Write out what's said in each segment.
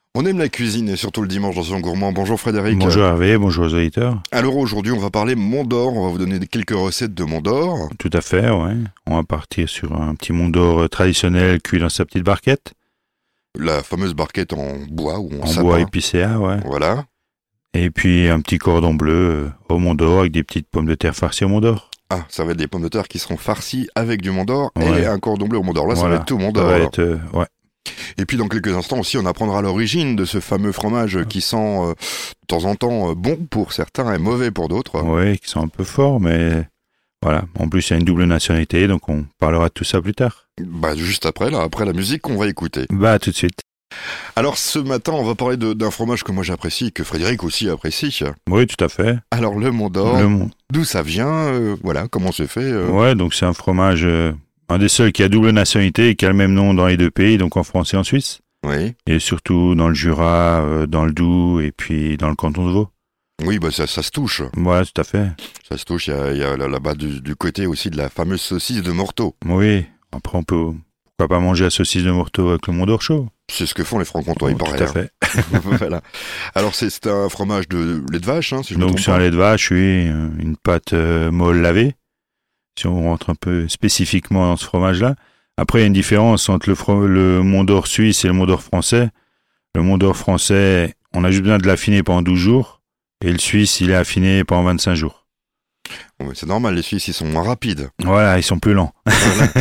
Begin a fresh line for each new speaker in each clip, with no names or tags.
On aime la cuisine et surtout le dimanche dans son gourmand. Bonjour Frédéric.
Bonjour Hervé, bonjour aux auditeurs.
Alors aujourd'hui on va parler Mont d'Or, on va vous donner quelques recettes de Mont d'Or.
Tout à fait, ouais. On va partir sur un petit Mont d'Or traditionnel cuit dans sa petite barquette.
La fameuse barquette en bois ou en
En
sapin.
bois épicéa, ouais.
Voilà.
Et puis un petit cordon bleu au Mont d'Or avec des petites pommes de terre farcies au Mont d'Or.
Ah, ça va être des pommes de terre qui seront farcies avec du Mont d'Or
Ouais.
et un cordon bleu au Mont d'Or. Là ça
Voilà.
va être tout Mont
Ça
d'Or.
va
alors.
être, ouais.
Et puis dans quelques instants aussi on apprendra l'origine de ce fameux fromage qui sent de temps en temps bon pour certains et mauvais pour d'autres.
Ouais, qui sont un peu forts, mais voilà. En plus, il y a une double nationalité, donc on parlera de tout ça plus tard.
Bah juste après, là, après la musique qu'on va écouter.
Bah, à tout de suite.
Alors ce matin on va parler d'un fromage que moi j'apprécie, que Frédéric aussi apprécie.
Oui, tout à fait.
Alors le Mont d'Or,
Le Mont.
d'où ça vient, voilà, comment c'est fait.
Ouais, donc c'est un fromage, un des seuls qui a double nationalité et qui a le même nom dans les deux pays, donc en France et en Suisse.
Oui,
Et surtout dans le Jura, dans le Doubs et puis dans le canton de Vaud.
oui, bah ça se touche.
Ouais, tout à fait.
Ça se touche, il y a là-bas du côté aussi de la fameuse saucisse de Morteau.
Oui, après on peut, pourquoi pas manger la saucisse de Morteau avec le Mont d'Or chaud.
C'est ce que font les Francs-Comtois, il
Tout
paraît.
à fait.
Voilà. Alors c'est un fromage de lait de vache, hein, si je me
Donc
trompe
sur un
pas.
lait de vache, oui, une pâte molle lavée, si on rentre un peu spécifiquement dans ce fromage-là. Après, il y a une différence entre le Mont d'Or suisse et le Mont d'Or français. Le Mont d'Or français, on a juste besoin de l'affiner pendant 12 jours, et le suisse, il est affiné pendant 25 jours.
Bon, mais c'est normal, les Suisses ils sont moins rapides.
Voilà, ils sont plus lents.
Voilà.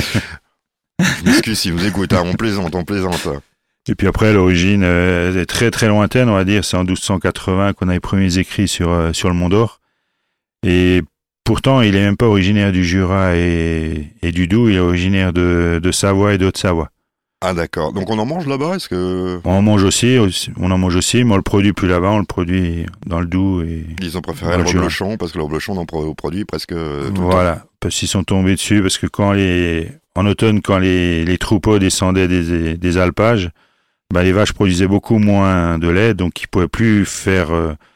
Je m'excuse si vous écoutez, hein, on plaisante, on plaisante.
Et puis après, l'origine est très très lointaine, on va dire. C'est en 1280 qu'on a les premiers écrits sur le Mont d'Or. Et pourtant, il est même pas originaire du Jura et du Doubs, il est originaire de Savoie et de Haute-Savoie.
Ah d'accord, donc on en mange là-bas, est-ce que...
On en mange aussi, mais on le produit plus là-bas, on le produit dans le Doubs. Et
Ils ont préféré
dans
le
le Jura.
reblochon, parce que le reblochon on en produit presque tout le temps.
Voilà, parce qu'ils sont tombés dessus, parce que en automne, quand les troupeaux descendaient des alpages, bah, les vaches produisaient beaucoup moins de lait, donc ils pouvaient plus faire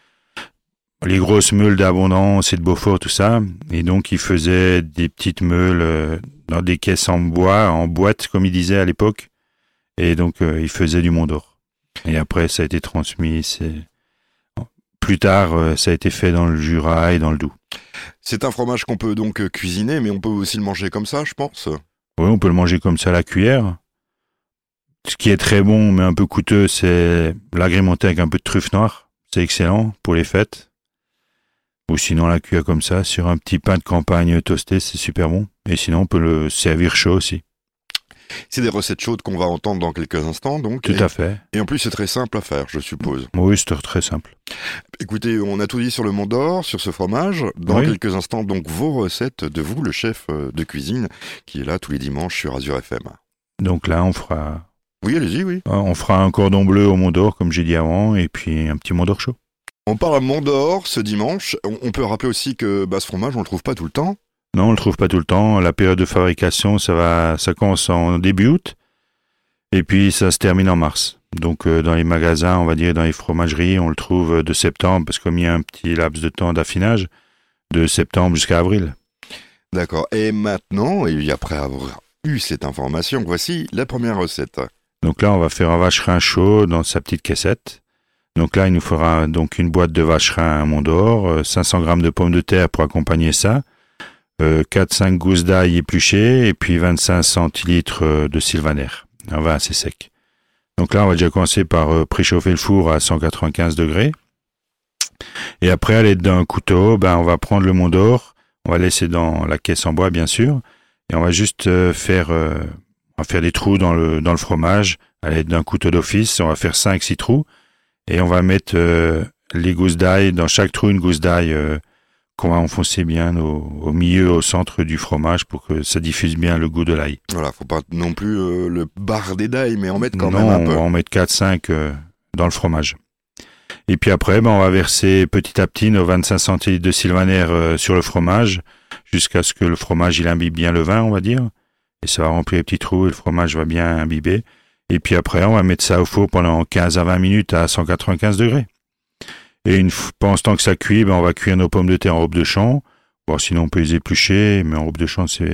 les grosses meules d'abondance et de Beaufort, tout ça. Et donc ils faisaient des petites meules dans des caisses en bois, en boîte, comme ils disaient à l'époque. Et donc ils faisaient du Mont d'Or. Et après, ça a été transmis. Plus tard, ça a été fait dans le Jura et dans le Doubs.
C'est un fromage qu'on peut donc cuisiner, mais on peut aussi le manger comme ça, je pense.
Oui, on peut le manger comme ça à la cuillère. Ce qui est très bon, mais un peu coûteux, c'est l'agrémenter avec un peu de truffe noire. C'est excellent pour les fêtes. Ou sinon, la cuillère comme ça, sur un petit pain de campagne toasté, c'est super bon. Et sinon, on peut le servir chaud aussi.
C'est des recettes chaudes qu'on va entendre dans quelques instants, donc.
Tout à fait.
Et en plus, c'est très simple à faire, je suppose.
Oui, c'est très simple.
Écoutez, on a tout dit sur le Mont d'Or, sur ce fromage. Dans
Oui.
quelques instants, donc, vos recettes de vous, le chef de cuisine, qui est là tous les dimanches sur Azure FM.
Donc là, on fera
Oui.
un cordon bleu au Mont d'Or, comme j'ai dit avant, et puis un petit Mont d'Or chaud.
On parle à Mont d'Or ce dimanche. On peut rappeler aussi que ce fromage, on le trouve pas tout le temps.
Non, on le trouve pas tout le temps. La période de fabrication, ça commence en début août, et puis ça se termine en mars. Donc dans les magasins, on va dire dans les fromageries, on le trouve de septembre, parce que comme il y a un petit laps de temps d'affinage, de septembre jusqu'à avril.
D'accord. Et maintenant, et après avoir eu cette information, voici la première recette.
Donc là, on va faire un vacherin chaud dans sa petite caissette. Donc là, il nous fera donc une boîte de vacherin Mont d'Or, 500 grammes de pommes de terre pour accompagner ça, 4-5 gousses d'ail épluchées et puis 25 centilitres de sylvaner, un vin assez sec. Donc là, on va déjà commencer par préchauffer le four à 195 degrés. Et après, à l'aide d'un couteau, on va prendre le Mont d'Or, on va laisser dans la caisse en bois, bien sûr, et on va juste faire des trous dans le fromage à l'aide d'un couteau d'office. On va faire 5-6 trous et on va mettre les gousses d'ail, dans chaque trou une gousse d'ail qu'on va enfoncer bien au milieu, au centre du fromage pour que ça diffuse bien le goût de l'ail.
Voilà, faut pas non plus le barder d'ail, mais en mettre quand
Non,
même un
on
peu.
va en mettre 4-5 dans le fromage. Et puis après, on va verser petit à petit nos 25 centilitres de sylvaner sur le fromage jusqu'à ce que le fromage il imbibe bien le vin, on va dire. Et ça va remplir les petits trous et le fromage va bien imbiber. Et puis après, on va mettre ça au four pendant 15 à 20 minutes à 195 degrés. Et pendant ce temps que ça cuit, on va cuire nos pommes de terre en robe de champ. Bon, sinon on peut les éplucher, mais en robe de champ, c'est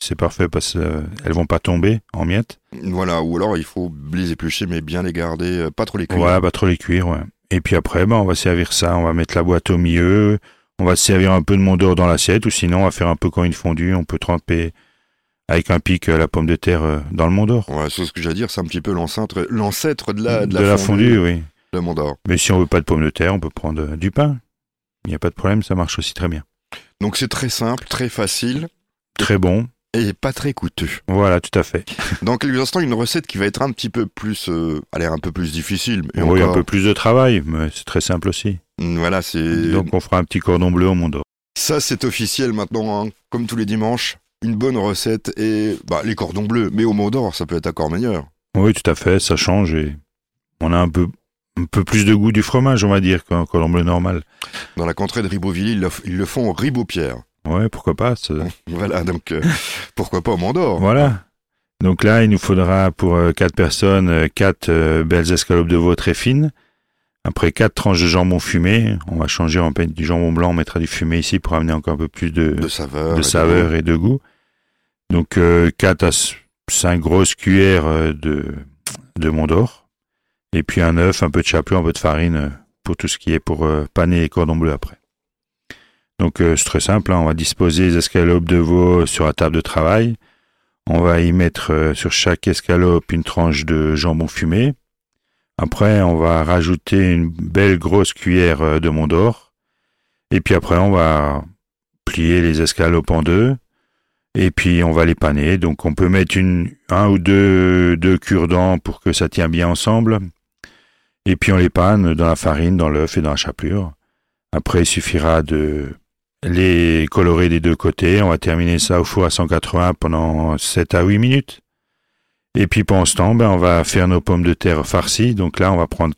c'est parfait parce qu'elles vont pas tomber en miettes.
Voilà, ou alors il faut les éplucher, mais bien les garder, pas trop les cuire.
Voilà, pas trop les cuire, ouais. Et puis après, on va servir ça, on va mettre la boîte au milieu, on va servir un peu de Mont d'Or dans l'assiette, ou sinon on va faire un peu comme une fondue, on peut tremper avec un pic la pomme de terre dans le Mont d'Or.
Ouais, c'est ce que j'allais dire, c'est un petit peu l'ancêtre de la
de la fondue, oui.
Le Mont d'Or.
Mais si on veut pas de pommes de terre, on peut prendre du pain. Il n'y a pas de problème, ça marche aussi très bien.
Donc c'est très simple, très facile.
Très bon.
Et pas très coûteux.
Voilà, tout à fait.
Dans quelques instants, une recette qui va être un petit peu plus, un peu plus difficile.
Et oui, un peu plus de travail, mais c'est très simple aussi.
Voilà, c'est...
Donc on fera un petit cordon bleu au Mont d'Or.
Ça, c'est officiel maintenant, hein. Comme tous les dimanches, une bonne recette et les cordons bleus. Mais au Mont d'Or, ça peut être encore meilleur.
Oui, tout à fait, ça change et on a un peu plus de goût du fromage, on va dire, qu'un cordon bleu normal.
Dans la contrée de Ribeauvillé, ils le font au Ribeaupierre.
Ouais, pourquoi pas.
Voilà, donc pourquoi pas au Mont d'Or.
Voilà. Donc là, il nous faudra pour 4 personnes 4 belles escalopes de veau très fines. Après 4 tranches de jambon fumé. On va changer, on va mettre du jambon blanc, on mettra du fumé ici pour amener encore un peu plus de saveur et de goût. Donc 4 à 5 grosses cuillères de Mont d'Or. Et puis un œuf, un peu de chapelure, un peu de farine pour tout ce qui est pour paner les cordons bleus après. Donc c'est très simple, hein. On va disposer les escalopes de veau sur la table de travail. On va y mettre sur chaque escalope une tranche de jambon fumé. Après, on va rajouter une belle grosse cuillère de Mont d'Or. Et puis après, on va plier les escalopes en deux. Et puis on va les paner. Donc on peut mettre un ou deux cure-dents pour que ça tient bien ensemble. Et puis on les panne dans la farine, dans l'œuf et dans la chapelure. Après, il suffira de les colorer des deux côtés. On va terminer ça au four à 180 pendant 7 à 8 minutes. Et puis pendant ce temps, on va faire nos pommes de terre farcies. Donc là, on va prendre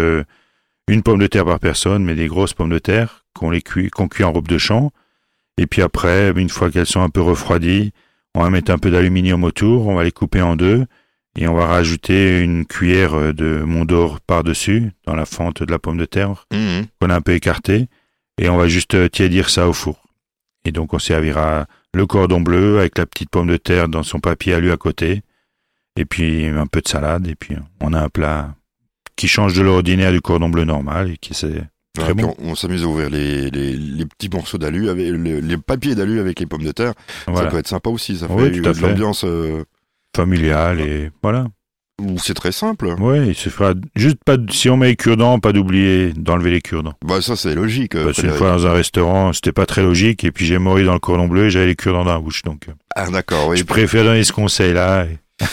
une pomme de terre par personne, mais des grosses pommes de terre qu'on cuit en robe de champ. Et puis après, une fois qu'elles sont un peu refroidies, on va mettre un peu d'aluminium autour, on va les couper en deux. Et on va rajouter une cuillère de Mont d'Or par-dessus, dans la fente de la pomme de terre, qu'on a un peu écartée. Et on va juste tiédir ça au four. Et donc on servira le cordon bleu avec la petite pomme de terre dans son papier alu à côté. Et puis un peu de salade. Et puis on a un plat qui change de l'ordinaire du cordon bleu normal et qui c'est très bon.
On s'amuse à ouvrir les petits morceaux d'alu, avec les papiers d'alu avec les pommes de terre. Voilà. Ça peut être sympa aussi. Ça fait de l'ambiance
familiale et voilà.
C'est très simple.
Oui, il se fera juste pas si on met les cure-dents, pas d'oublier d'enlever les cure-dents.
Ça c'est logique.
Parce qu'une fois dans un restaurant, c'était pas très logique et puis j'ai mordu dans le cordon bleu et j'avais les cure-dents dans la bouche. Donc
d'accord. Oui.
Je préfère donner ce conseil-là.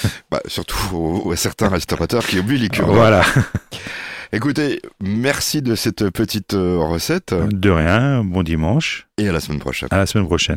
Surtout à certains restaurateurs qui oublient les cure-dents.
Voilà.
Écoutez, merci de cette petite recette.
De rien, bon dimanche.
Et à la semaine prochaine.
À la semaine prochaine.